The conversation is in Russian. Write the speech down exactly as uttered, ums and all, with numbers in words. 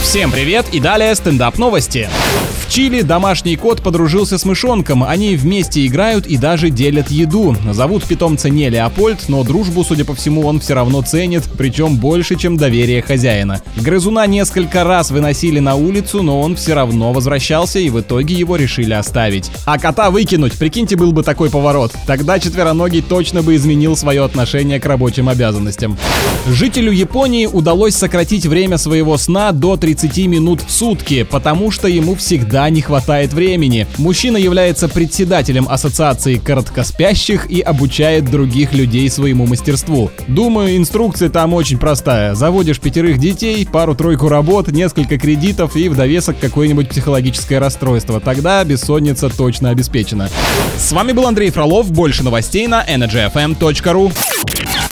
Всем привет и далее стендап новости. В Чили домашний кот подружился с мышонком, они вместе играют и даже делят еду. Зовут питомца не Леопольд, но дружбу, судя по всему, он все равно ценит, причем больше, чем доверие хозяина. Грызуна несколько раз выносили на улицу, но он все равно возвращался, и в итоге его решили оставить. А кота выкинуть, прикиньте, был бы такой поворот. Тогда четвероногий точно бы изменил свое отношение к рабочим обязанностям. Жителю Японии удалось сократить время своего сна до тридцати минут в сутки, потому что ему всегда не хватает времени. Мужчина является председателем ассоциации короткоспящих и обучает других людей своему мастерству. Думаю, инструкция там очень простая. Заводишь пятерых детей, пару-тройку работ, несколько кредитов и в довесок какое-нибудь психологическое расстройство. Тогда бессонница точно обеспечена. С вами был Андрей Фролов. Больше новостей на energy f m точка ru.